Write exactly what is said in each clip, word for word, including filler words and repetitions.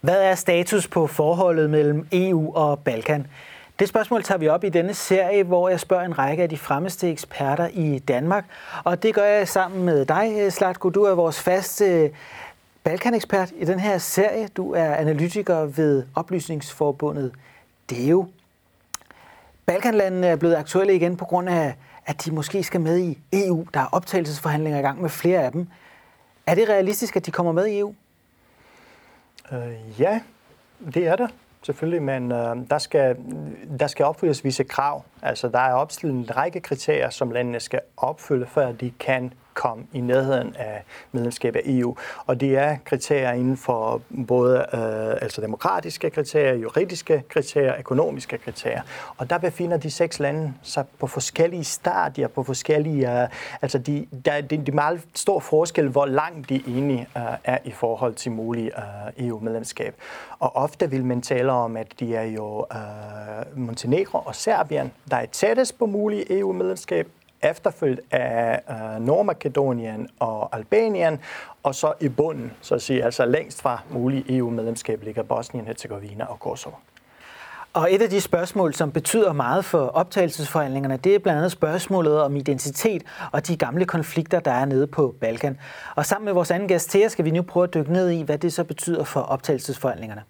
Hvad er status på forholdet mellem E U og Balkan? Det spørgsmål tager vi op i denne serie, hvor jeg spørger en række af de fremmeste eksperter i Danmark. Og det gør jeg sammen med dig, Zlatko. Du er vores faste Balkan-ekspert i den her serie. Du er analytiker ved Oplysningsforbundet D E O. Balkanlandene er blevet aktuelle igen på grund af, at de måske skal med i E U. Der er optagelsesforhandlinger i gang med flere af dem. Er det realistisk, at de kommer med i E U? Uh, ja, det er det selvfølgelig, men uh, der, skal, der skal opfyldes visse krav. Altså, der er opstillet en række kriterier, som landene skal opfylde, før de kan komme i nærheden af medlemskab af E U. Og det er kriterier inden for både øh, altså demokratiske kriterier, juridiske kriterier, økonomiske kriterier. Og der befinder de seks lande sig på forskellige stadier, på forskellige, øh, altså de, der, det, det er meget stor forskel, hvor langt de egentlig øh, er i forhold til mulig øh, E U-medlemskab. Og ofte vil man tale om, at de er jo øh, Montenegro og Serbien, der er tættest på mulig E U-medlemskab, efterfulgt af øh, Nordmakedonien og Albanien, og så i bunden, så at sige, altså længst fra mulig E U-medlemskab ligger Bosnien, Herzegovina og Kosovo. Og et af de spørgsmål, som betyder meget for optagelsesforhandlingerne, det er blandt andet spørgsmålet om identitet og de gamle konflikter, der er nede på Balkan. Og sammen med vores anden gæst, Thea, skal vi nu prøve at dykke ned i, hvad det så betyder for optagelsesforhandlingerne.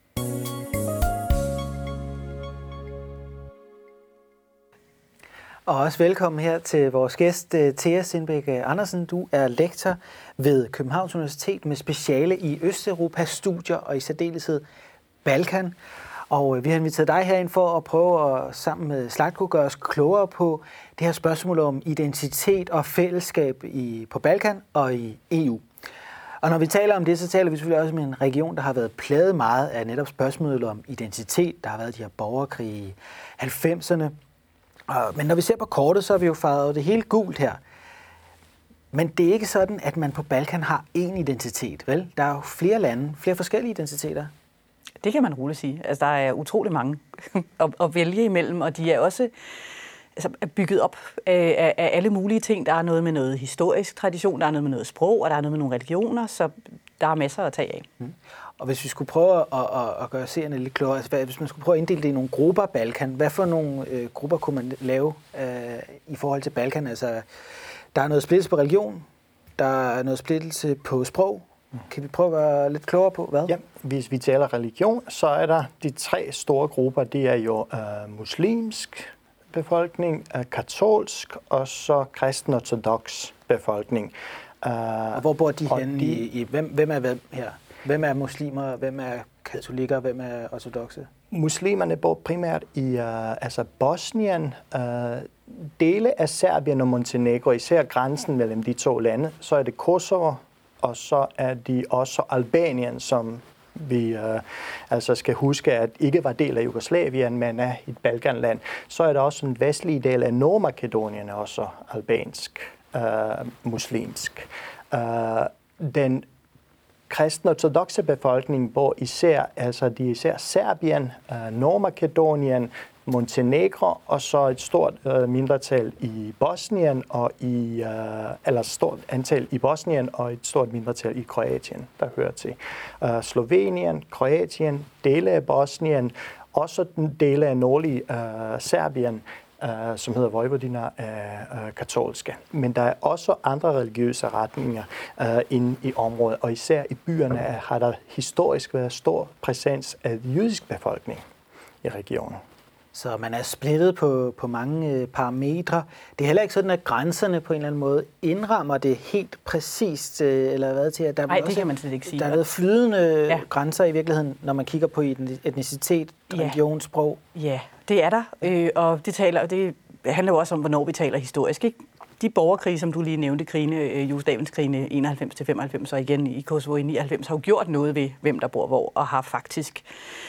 Og også velkommen her til vores gæst, Thea Sindbæk Andersen. Du er lektor ved Københavns Universitet med speciale i Østeuropas studier og i særdeleshed Balkan. Og vi har inviteret dig herind for at prøve at sammen med Zlatko gøre os klogere på det her spørgsmål om identitet og fællesskab i, på Balkan og i E U. Og når vi taler om det, så taler vi selvfølgelig også om en region, der har været plaget meget af netop spørgsmålet om identitet. Der har været de her borgerkrige i halvfemserne. Men når vi ser på kortet, så har vi jo farvet det hele gult her. Men det er ikke sådan, at man på Balkan har én identitet, vel? Der er jo flere lande, flere forskellige identiteter. Det kan man roligt sige. Altså, der er utrolig mange at, at vælge imellem, og de er også altså, bygget op af, af alle mulige ting. Der er noget med noget historisk tradition, der er noget med noget sprog, og der er noget med nogle religioner, så der er masser at tage af. Mm. Og hvis vi skulle prøve at, at, at gøre seerne lidt klogere, altså, hvis man skulle prøve at inddele det i nogle grupper Balkan, hvad for nogle øh, grupper kunne man lave øh, i forhold til Balkan? Altså, der er noget splittelse på religion, der er noget splittelse på sprog. Kan vi prøve at være lidt klogere på, hvad? Ja, hvis vi taler religion, så er der de tre store grupper. Det er jo øh, muslimsk befolkning, øh, katolsk og så kristen ortodox befolkning. Uh, og hvor bor de henne? De, i, i hvem, hvem er hvem her? Hvem er muslimer, hvem er katolikker, hvem er ortodokse? Muslimerne bor primært i uh, altså Bosnien, uh, dele af Serbien og Montenegro, især grænsen mellem de to lande. Så er det Kosovo, og så er de også Albanien, som vi uh, altså skal huske, at ikke var del af Jugoslavien, men er et Balkanland. Så er der også en vestlig del af Nordmakedonien, også albansk, uh, muslimsk. Uh, den kristne ortodokse befolkning bor især, altså de især Serbien, uh, Nordmakedonien, Montenegro og så et stort uh, mindretal i Bosnien og i uh, eller stort antal i Bosnien og et stort mindretal i Kroatien, der hører til. Uh, Slovenien, Kroatien, dele af Bosnien, også dele af nordlige uh, Serbien, Uh, som hedder Vojvodina, er uh, katolske. Men der er også andre religiøse retninger uh, inde i området, og især i byerne har der historisk været stor præsens af jødisk befolkning i regionen. Så man er splittet på, på mange øh, parametre. Det er heller ikke sådan, at grænserne på en eller anden måde indrammer det helt præcist, øh, eller hvad til, at der Nej, også, det kan man slet ikke sige. Der er noget flydende ja. grænser i virkeligheden, når man kigger på etnicitet, religion, ja. sprog. Ja, det er der, øh, og det, taler, det handler jo også om, hvornår vi taler historisk, ikke? De borgerkrige, som du lige nævnte, krigene, øh, Jugoslaviens krigene enoghalvfems til femoghalvfems og igen i Kosovo i nioghalvfems, har jo gjort noget ved, hvem der bor hvor, og har faktisk...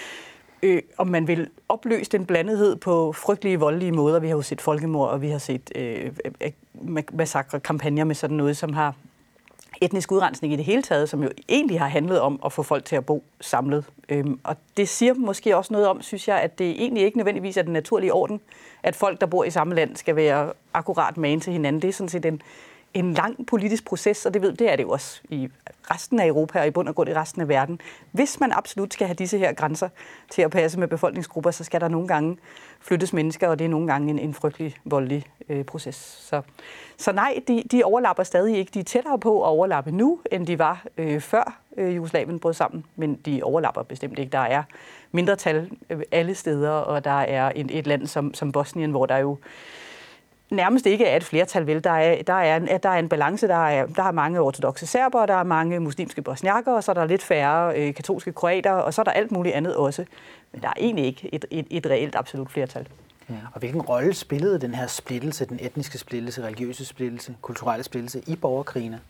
Øh, om man vil opløse den blandethed på frygtelige, voldelige måder. Vi har jo set folkemord, og vi har set øh, massakre, kampagner med sådan noget, som har etnisk udrensning i det hele taget, som jo egentlig har handlet om at få folk til at bo samlet. Øhm, og det siger måske også noget om, synes jeg, at det egentlig ikke nødvendigvis er den naturlige orden, at folk, der bor i samme land, skal være akkurat magen til hinanden. Det er sådan set en, en lang politisk proces, og det ved det er det jo også i resten af Europa og i bund og grund i resten af verden. Hvis man absolut skal have disse her grænser til at passe med befolkningsgrupper, så skal der nogle gange flyttes mennesker, og det er nogle gange en, en frygtelig voldelig øh, proces. Så, så nej, de, de overlapper stadig ikke. De er tættere på at overlappe nu, end de var øh, før øh, Jugoslavien brød sammen, men de overlapper bestemt ikke. Der er mindretal øh, alle steder, og der er et, et land som, som Bosnien, hvor der jo nærmest ikke er et flertal, vel. Der er, der er, en, der er en balance. Der er, der er mange ortodokse serber, der er mange muslimske bosniakker, og så er der lidt færre øh, katolske kroater, og så er der alt muligt andet også. Men der er egentlig ikke et, et, et reelt absolut flertal. Ja. Og hvilken rolle spillede den her splittelse, den etniske splittelse, religiøse splittelse, kulturelle splittelse i borgerkrigene?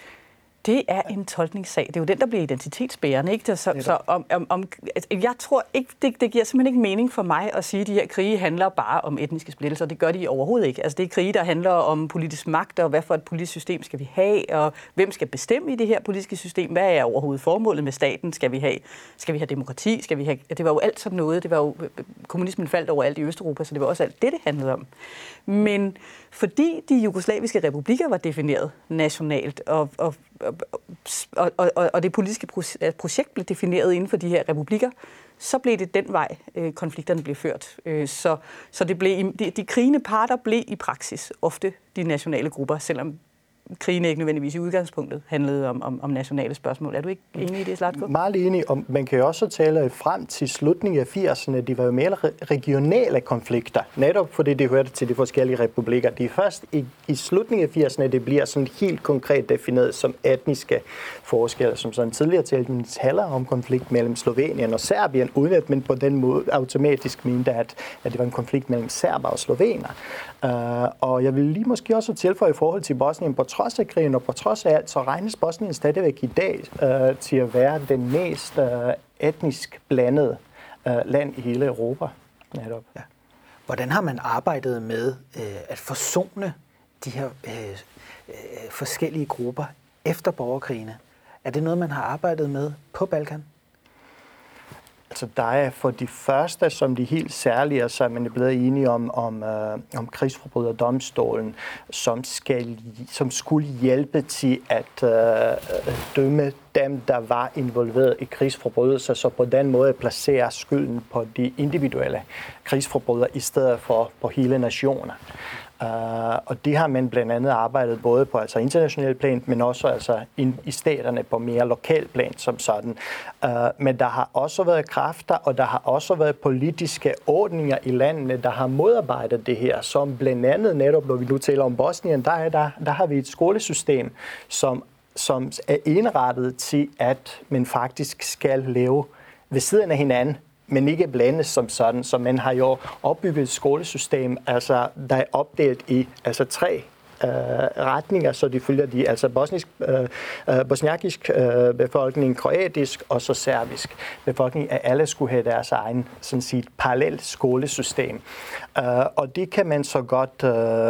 Det er en tolkningssag. Det er jo den, der bliver identitetsbærende, ikke? Så, så om, om, om, jeg tror ikke, det, det giver simpelthen ikke mening for mig at sige, at de her krige handler bare om etniske splittelser. Det gør de overhovedet ikke. Altså, det er krige, der handler om politisk magt, og hvad for et politisk system skal vi have, og hvem skal bestemme i det her politiske system? Hvad er overhovedet formålet med staten? Skal vi have, skal vi have demokrati? Skal vi have, det var jo alt sådan noget. Det var jo, kommunismen faldt overalt i Østeuropa, så det var også alt det, det handlede om. Men fordi de jugoslaviske republikker var defineret nationalt, og, og, og, og, og det politiske projekt blev defineret inden for de her republikker, så blev det den vej, konflikterne blev ført. Så, så det blev, de, de krigende parter blev i praksis ofte de nationale grupper, selvom krigene ikke nødvendigvis i udgangspunktet handlede om, om, om nationale spørgsmål. Er du ikke enig i det, Zlatko? Meget enig. Og man kan jo også tale frem til slutningen af firserne. De var jo mere regionale konflikter, netop fordi det hørte til de forskellige republikker. Det er først i, i slutningen af firserne, det bliver sådan helt konkret defineret som etniske forskelle, som sådan tidligere talte man taler om konflikt mellem Slovenien og Serbien, uden at man på den måde automatisk mente, at, at det var en konflikt mellem serber og slovener. Uh, og jeg vil lige måske også tilføje i forhold til Bosnien, på trods af krigen og på trods af alt, så regnes Bosnien stadigvæk i dag uh, til at være den mest uh, etnisk blandede uh, land i hele Europa. Netop. Ja. Hvordan har man arbejdet med uh, at forsone de her uh, uh, forskellige grupper efter borgerkrigene? Er det noget, man har arbejdet med på Balkan? Altså, der er for de første, som de helt særlige, så er man blevet enige om, om, øh, om krigsforbryderdomstolen, som, skal, som skulle hjælpe til at øh, dømme dem, der var involveret i krigsforbrydelser, så på den måde placere skylden på de individuelle krigsforbrydere i stedet for på hele nationer. Uh, og det har man blandt andet arbejdet både på altså international plan, men også altså in, i staterne på mere lokal plan som sådan. Uh, men der har også været kræfter, og der har også været politiske ordninger i landene, der har modarbejdet det her, som blandt andet netop, når vi nu taler om Bosnien, der, er der, der har vi et skolesystem, som, som er indrettet til, at man faktisk skal leve ved siden af hinanden, men ikke blandes som sådan. Så man har jo opbygget et skolesystem, altså, der er opdelt i altså, tre øh, retninger, så de følger de, altså bosnisk, øh, bosniakisk øh, befolkning, kroatisk og så serbisk befolkning, at alle skulle have deres egen sådan set parallelt skolesystem. Uh, og det kan man så godt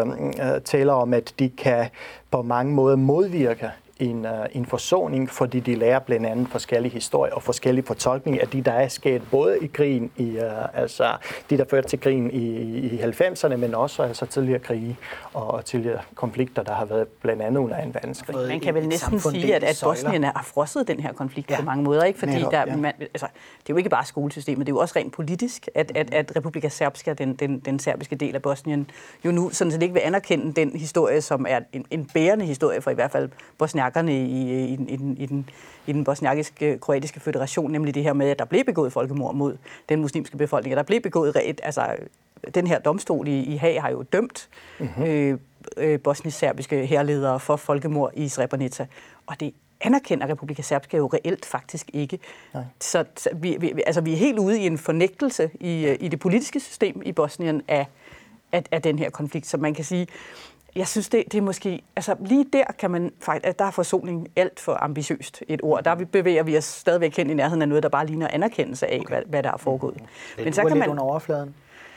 uh, tale om, at de kan på mange måder modvirke En, uh, en forsoning, fordi de lærer blandt andet forskellige historier og forskellige fortolkninger af de, der er sket både i krigen, i, uh, altså de, der førte til krigen i, i halvfemserne, men også altså tidligere krige og tidligere konflikter, der har været blandt andet under anden verdenskrig. Man kan vel næsten sige, at, at Bosnien har frosset den her konflikt ja. på mange måder, ikke? Fordi Netop, der, ja. man, altså, det er jo ikke bare skolesystemet, det er jo også rent politisk, at, at, at Republika Srpska, den, den, den serbiske del af Bosnien, jo nu sådan set ikke vil anerkende den historie, som er en, en bærende historie for i hvert fald bosniakker i, i, i, i, den, i, den, i den bosniakiske kroatiske føderation, nemlig det her med, at der blev begået folkemord mod den muslimske befolkning, der blev begået reelt, altså den her domstol i, i Haag har jo dømt mm-hmm. øh, øh, bosnisk-serbiske hærledere for folkemord i Srebrenica, og det anerkender Republika Srpska jo reelt faktisk ikke. Nej. Så, så vi, vi, altså, vi er helt ude i en fornægtelse i, i det politiske system i Bosnien af, af, af den her konflikt, så man kan sige. Jeg synes, det, det er måske... Altså, lige der kan man faktisk... At der er forsoning alt for ambitiøst et ord. Der bevæger vi os stadigvæk hen i nærheden af noget, der bare ligner anerkendelse af, okay. hvad, hvad der er foregået. Mm-hmm. Men så kan man... lidt under overfladen?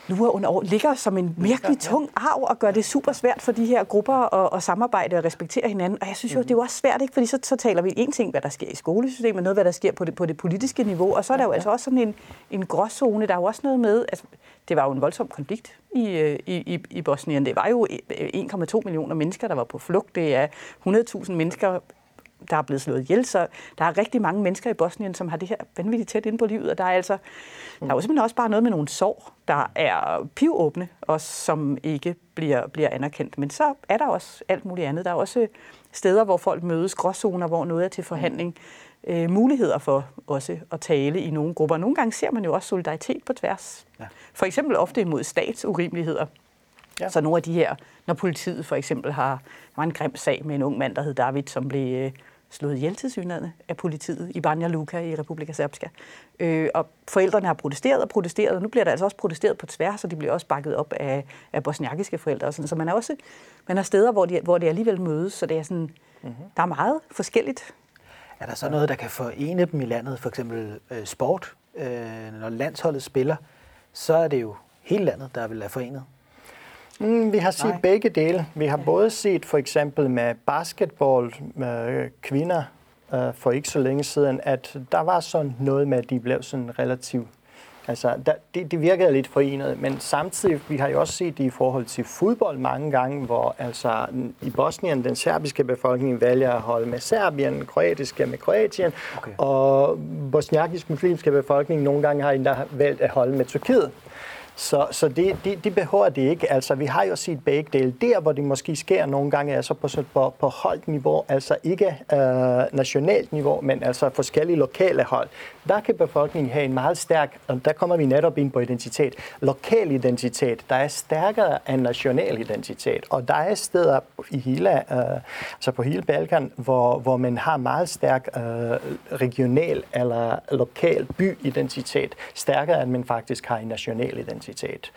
nu under år ligger som en virkelig tung arv og gør det super svært for de her grupper at, at samarbejde og respektere hinanden. Og jeg synes jo, det er jo også svært, ikke? Fordi så, så taler vi en ting, hvad der sker i skolesystemet, noget, hvad der sker på det, på det politiske niveau, og så er der jo altså også sådan en, en gråzone. Der er jo også noget med, altså, det var jo en voldsom konflikt i, i, i Bosnien. Det var jo en komma to millioner mennesker, der var på flugt. Det er hundrede tusind mennesker, der er blevet slået ihjel, så der er rigtig mange mennesker i Bosnien, som har det her vanvittigt tæt inde på livet, og der er altså, der er jo simpelthen også bare noget med nogle sår, der er pivåbne, og som ikke bliver, bliver anerkendt. Men så er der også alt muligt andet. Der er også steder, hvor folk mødes, gråzoner, hvor noget er til forhandling, øh, muligheder for også at tale i nogle grupper. Nogle gange ser man jo også solidaritet på tværs. Ja. For eksempel ofte imod statsurimeligheder. Ja. Så nogle af de her, når politiet for eksempel har, der var en grim sag med en ung mand, der hed David, som blev øh, slået ihjel til synligheden af politiet i Banja Luka i Republika Srpska. Øh, og forældrene har protesteret og protesteret, og nu bliver der altså også protesteret på tværs, og de bliver også bakket op af, af bosniakiske forældre. Og sådan. Så man er også man har steder, hvor, de, hvor det alligevel mødes, så det er sådan, mm-hmm. der er meget forskelligt. Er der så noget, der kan forene dem i landet, for eksempel øh, sport? Øh, når landsholdet spiller, så er det jo hele landet, der vil være forenet. Mm, vi har set Nej. begge dele. Vi har både set for eksempel med basketball med kvinder øh, for ikke så længe siden, at der var sådan noget med, at de blev sådan relativt. Altså, der, det, det virkede lidt forenet, men samtidig, vi har jo også set det i forhold til fodbold mange gange, hvor altså i Bosnien, den serbiske befolkning vælger at holde med Serbien, kroatiske med Kroatien, okay. og bosniakisk muslimske befolkning nogle gange har endda valgt at holde med Tyrkiet. Så, så det, det, det behøver det ikke. Altså, vi har jo set begge dele. Der, hvor det måske sker nogle gange, er så på, på, på holdt niveau, altså ikke øh, nationalt niveau, men altså forskellige lokale hold. Der kan befolkningen have en meget stærk, og der kommer vi netop ind på identitet, lokal identitet, der er stærkere end national identitet. Og der er steder i hele, øh, altså på hele Balkan, hvor, hvor man har meget stærk øh, regional eller lokal byidentitet, stærkere end man faktisk har en national identitet.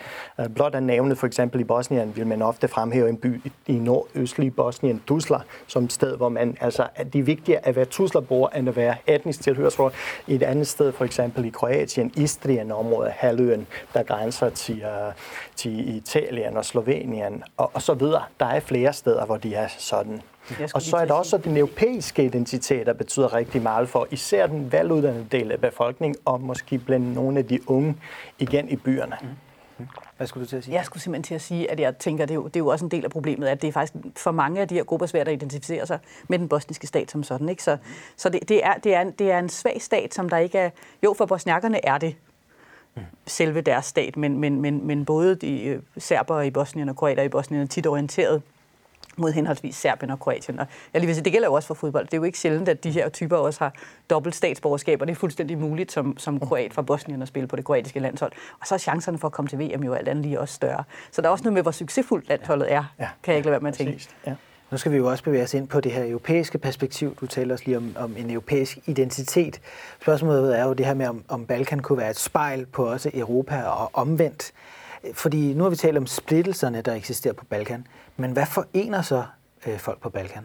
Blot at nævne for eksempel i Bosnien vil man ofte fremhæve en by i nordøstlige Bosnien, Tuzla, som et sted, hvor man altså det er vigtigere at være Tuzla-bor end at være etnisk tilhørsforhold. I et andet sted, for eksempel i Kroatien, Istrien området, halvøen, der grænser til, uh, til Italien og Slovenien og, og så videre. Der er flere steder, hvor de er sådan. Og så er der også den europæiske identitet, der betyder rigtig meget for især den veluddannede del af befolkningen, og måske blandt nogle af de unge igen i byerne. Mm. Hvad skulle du til at sige? Jeg skulle simpelthen til at sige, at jeg tænker, at det er jo, det er jo også en del af problemet, at det er faktisk for mange af de her grupper svært at identificere sig med den bosniske stat som sådan. Ikke? Så, så det, det, er, det, er en, det er en svag stat, som der ikke er... Jo, for bosniakkerne er det mm. selve deres stat, men, men, men, men både de serber i Bosnien og kroater i Bosnien er tit orienteret mod henholdsvis Serbien og Kroatien. Og jeg lige vil sige, det gælder jo også for fodbold. Det er jo ikke sjældent, at de her typer også har dobbelt statsborgerskab, og det er fuldstændig muligt som, som kroat fra Bosnien at spille på det kroatiske landshold. Og så er chancerne for at komme til V M jo alt andet lige også større. Så der er også noget med, hvor succesfuldt landsholdet er, ja, kan jeg ikke lade være med at tænke. Ja. Nu skal vi jo også bevæge os ind på det her europæiske perspektiv. Du taler også lige om, om en europæisk identitet. Spørgsmålet er jo det her med, om, om Balkan kunne være et spejl på også Europa og omvendt. Fordi nu har vi talt om splittelserne, der eksisterer på Balkan. Men hvad forener så øh, folk på Balkan?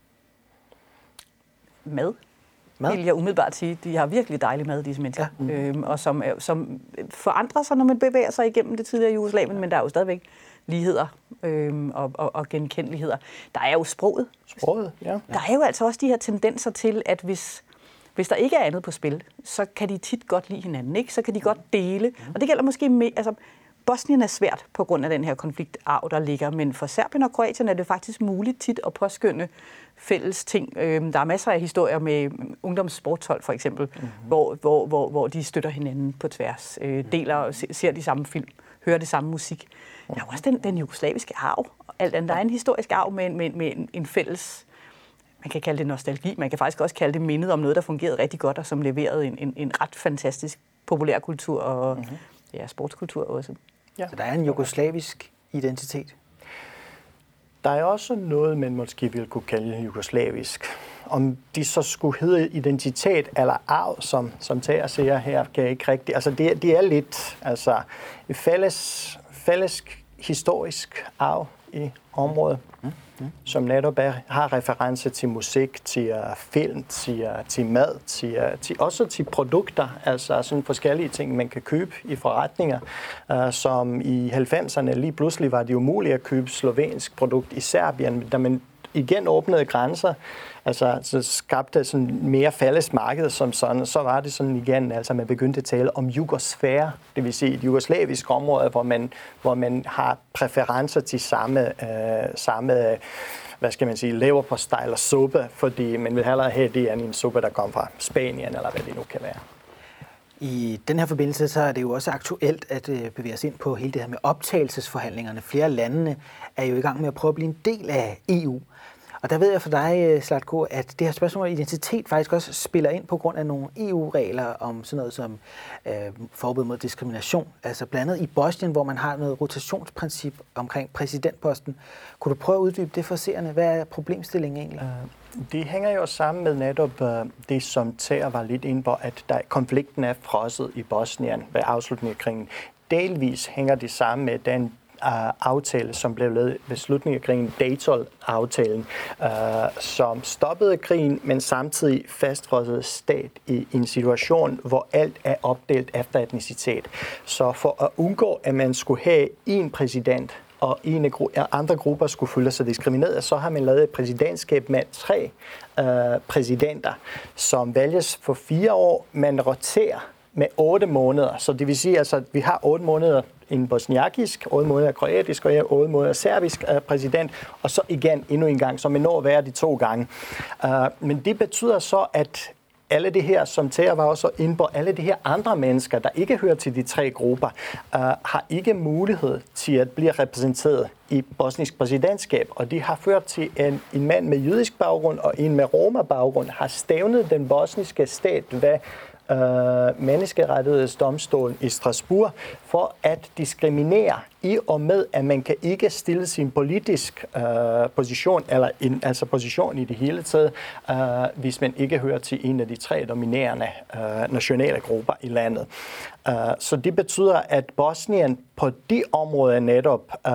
Mad. Mad? Vil jeg umiddelbart sige. De har virkelig dejlig mad, disse mennesker. Ja. Mm. Øhm, og som, som forandrer sig, når man bevæger sig igennem det tidligere Jugoslavien, men der er jo stadigvæk ligheder øhm, og, og, og genkendeligheder. Der er jo sproget. Sproget, ja. Der er jo altså også de her tendenser til, at hvis... Hvis der ikke er andet på spil, så kan de tit godt lide hinanden, ikke? Så kan de godt dele. Og det gælder måske med, altså Bosnien er svært på grund af den her konfliktarv, der ligger, men for Serbien og Kroatien er det faktisk muligt tit at påskynde fælles ting. Der er masser af historier med ungdomssportshold for eksempel, mm-hmm. hvor, hvor, hvor, hvor de støtter hinanden på tværs, deler, ser de samme film, hører det samme musik. Der er også den, den jugoslaviske arv. Alt andet. Der er en historisk arv med, med, med en, en fælles. Man kan kalde det nostalgi, man kan faktisk også kalde det mindet om noget, der fungerede rigtig godt, og som leverede en, en, en ret fantastisk populærkultur og mm-hmm. ja, sportskultur også. Ja. Så der er en jugoslavisk identitet? Der er også noget, man måske ville kunne kalde jugoslavisk. Om de så skulle hedde identitet eller arv, som, som tager siger her, kan jeg ikke rigtigt. Altså det, det er lidt altså, fælles, fælles historisk arv i området, mm. Mm. som netop er, har reference til musik, til uh, film, til, uh, til mad, til, uh, til, også til produkter, altså sådan forskellige ting, man kan købe i forretninger, uh, som i halvfemserne lige pludselig var det umuligt at købe slovensk produkt i Serbien, da man igen åbnede grænser, altså så skabte sådan mere fælles marked som sådan, så var det sådan igen, altså man begyndte at tale om jugosfære, det vil sige et jugoslavisk område, hvor man, hvor man har præferencer til samme, øh, samme hvad skal man sige, leverpostej eller suppe, fordi man vil hellere have det end en suppe, der kommer fra Spanien, eller hvad det nu kan være. I den her forbindelse så er det jo også aktuelt at bevæge os ind på hele det her med optagelsesforhandlingerne. Flere landene er jo i gang med at prøve at blive en del af E U. Og der ved jeg for dig, Zlatko, at det her spørgsmål om identitet faktisk også spiller ind på grund af nogle E U-regler om sådan noget som øh, forbud mod diskrimination. Altså blandt andet i Bosnien, hvor man har noget rotationsprincip omkring præsidentposten. Kunne du prøve at uddybe det for seerne? Hvad er problemstillingen egentlig? Uh, det hænger jo sammen med netop uh, det, som Thea var lidt inde på, at der, konflikten er frosset i Bosnien ved afslutningen af krigen. Delvis hænger det sammen med den aftale, som blev lavet ved slutningen af krigen, Dayton-aftalen, uh, som stoppede krigen, men samtidig fastfrosset stat i en situation, hvor alt er opdelt efter etnicitet. Så for at undgå, at man skulle have en præsident, og en af andre grupper skulle føle sig diskrimineret, så har man lavet et præsidentskab med tre uh, præsidenter, som vælges for fire år, man roterer med otte måneder. Så det vil sige, altså, at vi har otte måneder en bosniakisk, otte måneder kroatisk og otte måneder serbisk uh, præsident, og så igen endnu en gang, så man når hver de to gange. Uh, men det betyder så, at alle det her, som Thea var også inde på, alle de her andre mennesker, der ikke hører til de tre grupper, uh, har ikke mulighed til at blive repræsenteret i bosnisk præsidentskab, og de har ført til en, en mand med jødisk baggrund og en med roma-baggrund har stævnet den bosniske stat ved Uh, menneskerettighedsdomstolen i Strasbourg for at diskriminere i og med, at man kan ikke stille sin politisk uh, position, eller en, altså position i det hele taget, uh, hvis man ikke hører til en af de tre dominerende uh, nationale grupper i landet. Uh, så det betyder, at Bosnien på de områder netop, uh,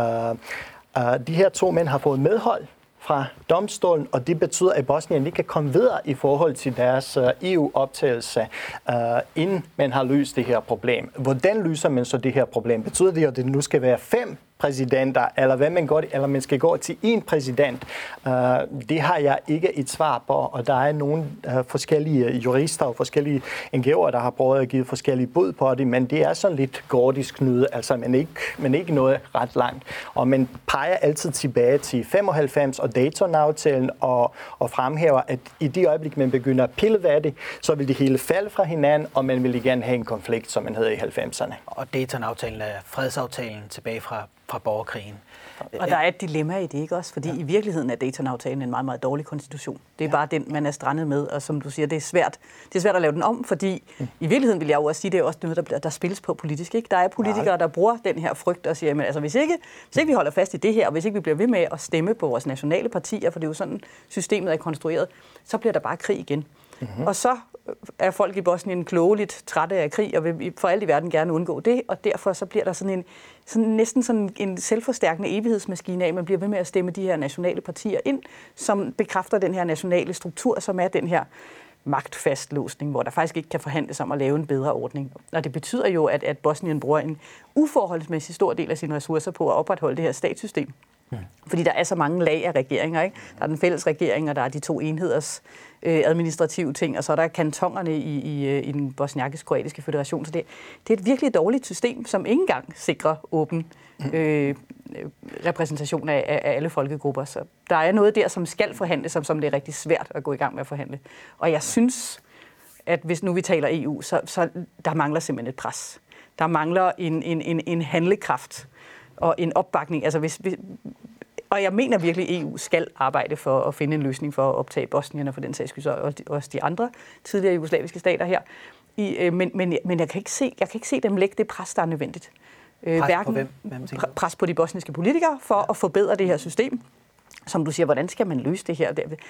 uh, de her to mænd har fået medhold fra domstolen, og det betyder, at Bosnien ikke kan komme videre i forhold til deres uh, E U-optagelse, uh, inden man har løst det her problem. Hvordan løser man så det her problem? Betyder det, at det nu skal være fem præsidenter, eller hvad man går, eller man skal gå til én præsident? Uh, det har jeg ikke et svar på, og der er nogle uh, forskellige jurister og forskellige N G O'er, der har prøvet at give forskellige bud på det, men det er sådan lidt gordisk knude, altså man er ikke, man er ikke nået ret langt. Og man peger altid tilbage til femoghalvfems og Dayton-aftalen og, og fremhæver, at i det øjeblik, man begynder at pille ved det, så vil det hele falde fra hinanden, og man vil igen have en konflikt, som man havde i halvfemserne. Og Dayton-aftalen er fredsaftalen tilbage fra fra borgerkrigen. Og der er et dilemma i det, ikke også? Fordi ja. I virkeligheden er Dayton-aftalen en meget, meget dårlig konstitution. Det er ja. bare den, man er strandet med, og som du siger, det er svært, det er svært at lave den om, fordi mm. i virkeligheden vil jeg jo også sige, det er også noget, der, der spilles på politisk, ikke? Der er politikere, ja. der bruger den her frygt og siger, men altså hvis ikke, hvis ikke vi holder fast i det her, og hvis ikke vi bliver ved med at stemme på vores nationale partier, for det er jo sådan, systemet er konstrueret, så bliver der bare krig igen. Mm-hmm. Og så er folk i Bosnien klogeligt trætte af krig, og vil for alt i verden gerne undgå det, og derfor så bliver der sådan en sådan næsten sådan en selvforstærkende evighedsmaskine af, at man bliver ved med at stemme de her nationale partier ind, som bekræfter den her nationale struktur, som er den her magtfastlåsning, hvor der faktisk ikke kan forhandles om at lave en bedre ordning. Og det betyder jo, at, at Bosnien bruger en uforholdsmæssig stor del af sine ressourcer på at opretholde det her statssystem. Mm. Fordi der er så mange lag af regeringer, ikke? Der er den fælles regering, og der er de to enheders øh, administrative ting, og så er der kantonerne i, i, i den bosniakisk-kroatiske føderation. Så det, det er et virkelig dårligt system, som ikke engang sikrer åben øh, repræsentation af, af alle folkegrupper. Så der er noget der, som skal forhandles, som, som det er rigtig svært at gå i gang med at forhandle. Og jeg synes, at hvis nu vi taler E U, så, så der mangler simpelthen et pres. Der mangler en, en, en, en handlekraft og en opbakning. Altså hvis, hvis, og jeg mener virkelig, at E U skal arbejde for at finde en løsning for at optage Bosnien og for den sags skyld og også de andre tidligere jugoslaviske stater her. I, øh, men men, men jeg, kan ikke se, jeg kan ikke se dem lægge det pres, der er nødvendigt. Øh, pres på hvem? hvem pr- pres på de bosniske politikere for ja. at forbedre det her system. Som du siger, hvordan skal man løse det her?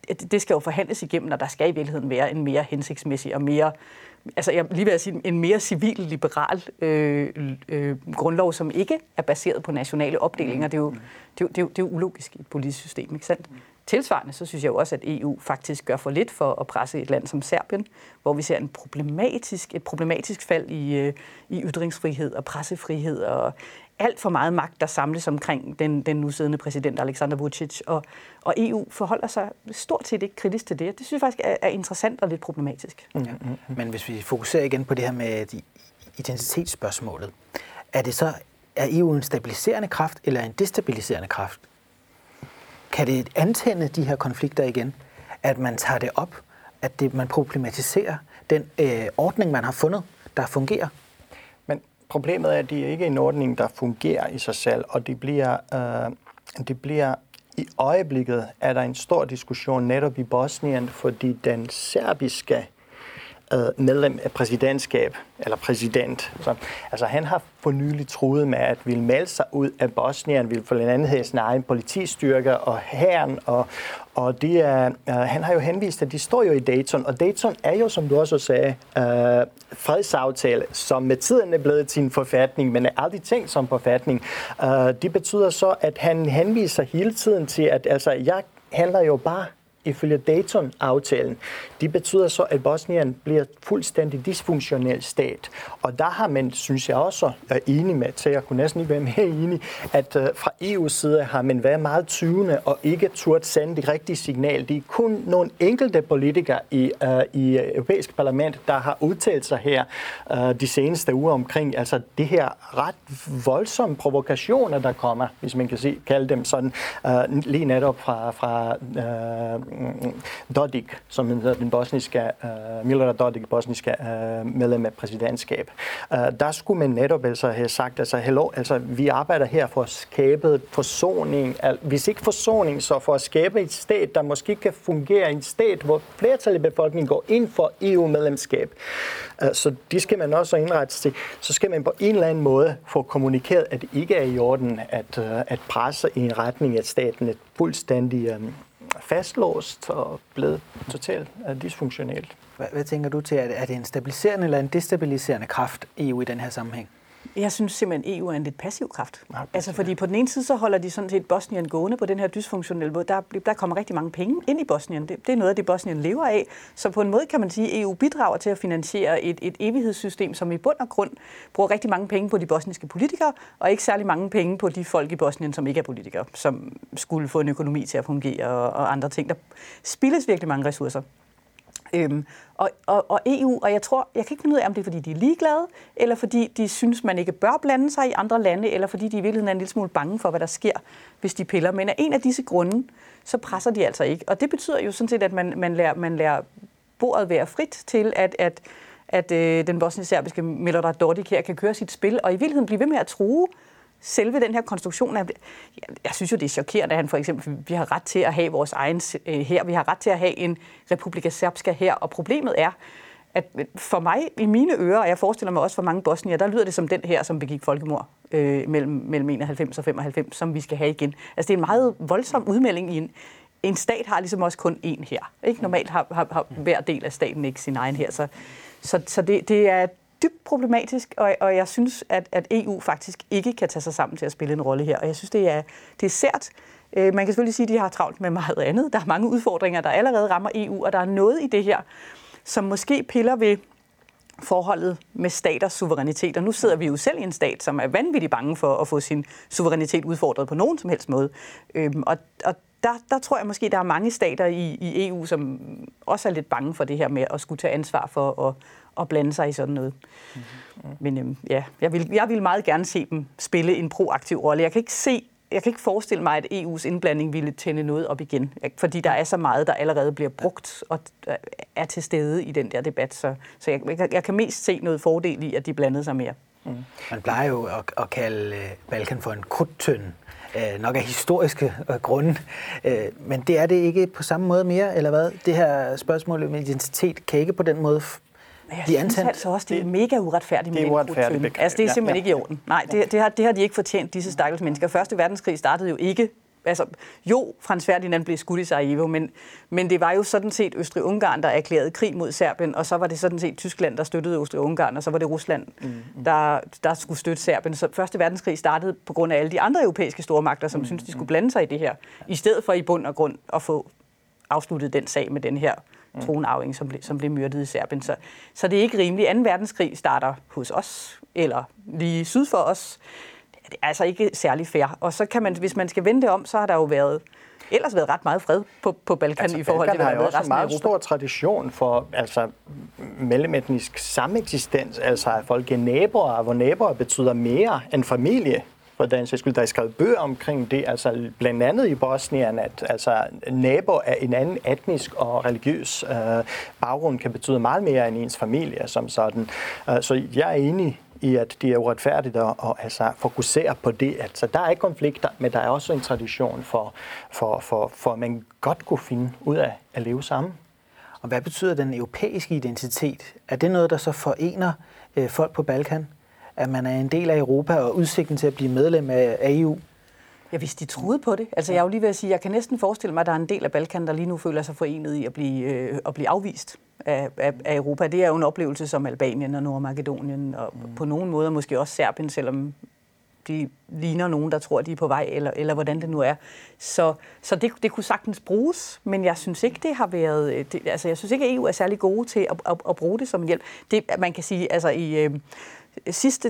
det skal jo forhandles igennem, og der skal i virkeligheden være en mere hensigtsmæssig og mere, altså jeg lige vil jeg sige, en mere civil-liberal øh, øh, grundlov, som ikke er baseret på nationale opdelinger. Det er jo, det er jo, det er jo, det er jo ulogisk i et politisk system, ikke sandt? Tilsvarende, så synes jeg jo også, at E U faktisk gør for lidt for at presse et land som Serbien, hvor vi ser en problematisk, et problematisk fald i, i ytringsfrihed og pressefrihed og alt for meget magt, der samles omkring den, den nu siddende præsident Aleksandar Vučić. Og, og E U forholder sig stort set ikke kritisk til det. Det synes jeg faktisk er, er interessant og lidt problematisk. Ja. Men hvis vi fokuserer igen på det her med de identitetsspørgsmålet, er det så er E U en stabiliserende kraft eller en destabiliserende kraft? Kan det antænde de her konflikter igen, at man tager det op, at det, man problematiserer den øh, ordning, man har fundet, der fungerer? Men problemet er, at det ikke er en ordning, der fungerer i sig selv, og det bliver, øh, det bliver i øjeblikket, er der en stor diskussion netop i Bosnien, fordi den serbiske øh, medlem af præsidentskab, eller præsident, så, altså han har for nylig truet med at ville melde sig ud af Bosnien, vil for blandt andet have sin egen politistyrke og hæren, og, og de er, øh, han har jo henvist, at de står jo i Dayton, og Dayton er jo, som du også sagde, øh, fredsaftale, som med tiden er blevet til en forfatning, men er aldrig tænkt som forfatning. Øh, det betyder så, at han henviser hele tiden til, at altså, jeg handler jo bare ifølge Dayton-aftalen. Det betyder så, at Bosnien bliver fuldstændig dysfunktionel stat. Og der har man, synes jeg også, er enig med, til jeg kunne næsten ikke være mere enig, at uh, fra E U's side har man været meget tyvende og ikke turde sende det rigtige signal. Det er kun nogle enkelte politikere i, uh, i europæiske parlament, der har udtalt sig her uh, de seneste uger omkring altså det her ret voldsomme provokationer, der kommer, hvis man kan sige, kalde dem sådan, uh, lige netop fra, fra uh, Dodik, som hedder den bosniske, uh, Milorad Dodik, bosniske uh, medlem af præsidentskab. Uh, der skulle man netop altså have sagt, altså, hello, altså, vi arbejder her for at skabe forsoning, al- hvis ikke forsoning, så for at skabe et stat, der måske kan fungere, en stat, hvor flertallet i befolkningen går ind for E U-medlemskab. Uh, så det skal man også indrette til. Så skal man på en eller anden måde få kommunikeret, at det ikke er i orden at, uh, at presse i en retning, at staten er fuldstændig um, fastlåst og blevet totalt dysfunktionelt. Hvad, hvad tænker du til? Er det en stabiliserende eller en destabiliserende kraft, E U, i den her sammenhæng? Jeg synes simpelthen, E U er en lidt passiv kraft. Ja, altså, fordi på den ene side, så holder de sådan set Bosnien gående på den her dysfunktionelle måde. Der, der kommer rigtig mange penge ind i Bosnien. Det, det er noget af det, Bosnien lever af. Så på en måde kan man sige, at E U bidrager til at finansiere et, et evighedssystem, som i bund og grund bruger rigtig mange penge på de bosniske politikere, og ikke særlig mange penge på de folk i Bosnien, som ikke er politikere, som skulle få en økonomi til at fungere og, og andre ting. Der spildes virkelig mange ressourcer. Øhm, og, og, og E U, og jeg tror, jeg kan ikke finde ud af, om det er, fordi de er ligeglade, eller fordi de synes, man ikke bør blande sig i andre lande, eller fordi de i virkeligheden er en lille smule bange for, hvad der sker, hvis de piller. Men af en af disse grunde, så presser de altså ikke. Og det betyder jo sådan set, at man, man, lærer, man lærer bordet være frit til, at, at, at øh, den bosnisk-serbiske Milorad Dodik her kan køre sit spil, og i virkeligheden blive ved med at true selve den her konstruktion. Af, jeg synes jo, det er chokerende, at han for eksempel, vi har ret til at have vores egen her, vi har ret til at have en Republika Srpska her, og problemet er, at for mig, i mine ører, og jeg forestiller mig også for mange bosnier, der lyder det som den her, som begik folkemord øh, mellem, mellem enoghalvfems og femoghalvfems, som vi skal have igen. Altså det er en meget voldsom udmelding i en en stat har ligesom også kun én her. Ikke? Normalt har, har, har hver del af staten ikke sin egen her, så, så, så det, det er dybt problematisk, og, og jeg synes, at, at E U faktisk ikke kan tage sig sammen til at spille en rolle her. Og jeg synes, det er, det er sært. Øh, man kan selvfølgelig sige, at de har travlt med meget andet. Der er mange udfordringer, der allerede rammer E U, og der er noget i det her, som måske piller ved forholdet med staters suverænitet. Og nu sidder vi jo selv i en stat, som er vanvittigt bange for at få sin suverænitet udfordret på nogen som helst måde. Øhm, og og der, der tror jeg måske, der er mange stater i, i E U, som også er lidt bange for det her med at skulle tage ansvar for at, at blande sig i sådan noget. Mm-hmm. Men øhm, ja, jeg vil, jeg vil meget gerne se dem spille en proaktiv rolle. Jeg kan ikke se Jeg kan ikke forestille mig, at E U's indblanding ville tænde noget op igen, fordi der er så meget, der allerede bliver brugt og er til stede i den der debat. Så, så jeg, jeg kan mest se noget fordel i, at de blandede sig mere. Mm. Man plejer jo at, at kalde Balkan for en krudttønde, øh, nok af historiske øh, grunde, øh, men det er det ikke på samme måde mere, eller hvad? Det her spørgsmål om identitet kan ikke på den måde jeg de synes altså også, det er mega uretfærdigt med det er uretfærdigt. Altså, det er simpelthen ja, ja. ikke i orden. Nej, det, det, har, det har de ikke fortjent, disse stakkels mennesker. Første verdenskrig startede jo ikke altså, jo, Franz Ferdinand blev skudt i Sarajevo, men, men det var jo sådan set Østrig-Ungarn, der erklærede krig mod Serbien, og så var det sådan set Tyskland, der støttede Østrig-Ungarn, og så var det Rusland, mm-hmm. der, der skulle støtte Serbien. Så Første Verdenskrig startede på grund af alle de andre europæiske stormagter, som mm-hmm. syntes, de skulle blande sig i det her, i stedet for i bund og grund at få afsluttet den sag med den her tronarving, som, ble, som blev myrdet i Serbien. Så, så det er ikke rimeligt. anden verdenskrig starter hos os, eller lige syd for os. Det er altså ikke særlig fair. Og så kan man, hvis man skal vende det om, så har der jo været, ellers været ret meget fred på, på Balkan altså, i forhold til, hvad der har været resten af Europa. Balkan har jo også en meget stor tradition for altså, mellemetnisk sameksistens, altså at folk er naboer, hvor naboer betyder mere end familie. For den sags skyld, der er skrevet bøger omkring det, altså blandt andet i Bosnien, at altså, naboer af en anden etnisk og religiøs øh, baggrund kan betyde meget mere end ens familie som sådan. Uh, så jeg er enig i, at det er uretfærdigt at og, altså, fokusere på det. Altså, der er ikke konflikter, men der er også en tradition for, for, for, for at man godt kunne finde ud af at leve sammen. Og hvad betyder den europæiske identitet? Er det noget, der så forener øh, folk på Balkan? At man er en del af Europa og udsigten til at blive medlem af E U? Ja, hvis de troede på det. Altså, jeg er jo lige ved at sige, jeg kan næsten forestille mig, at der er en del af Balkan, der lige nu føler sig forenet i at blive, øh, at blive afvist af, af, af Europa. Det er jo en oplevelse som Albanien og Nordmakedonien, og mm. på nogen måder måske også Serbien, selvom de ligner nogen, der tror, de er på vej, eller, eller hvordan det nu er. Så, så det, det kunne sagtens bruges, men jeg synes ikke, det har været... Det, altså, jeg synes ikke, at E U er særlig gode til at, at, at bruge det som en hjælp. Det, man kan sige, altså i... Øh, Sidste,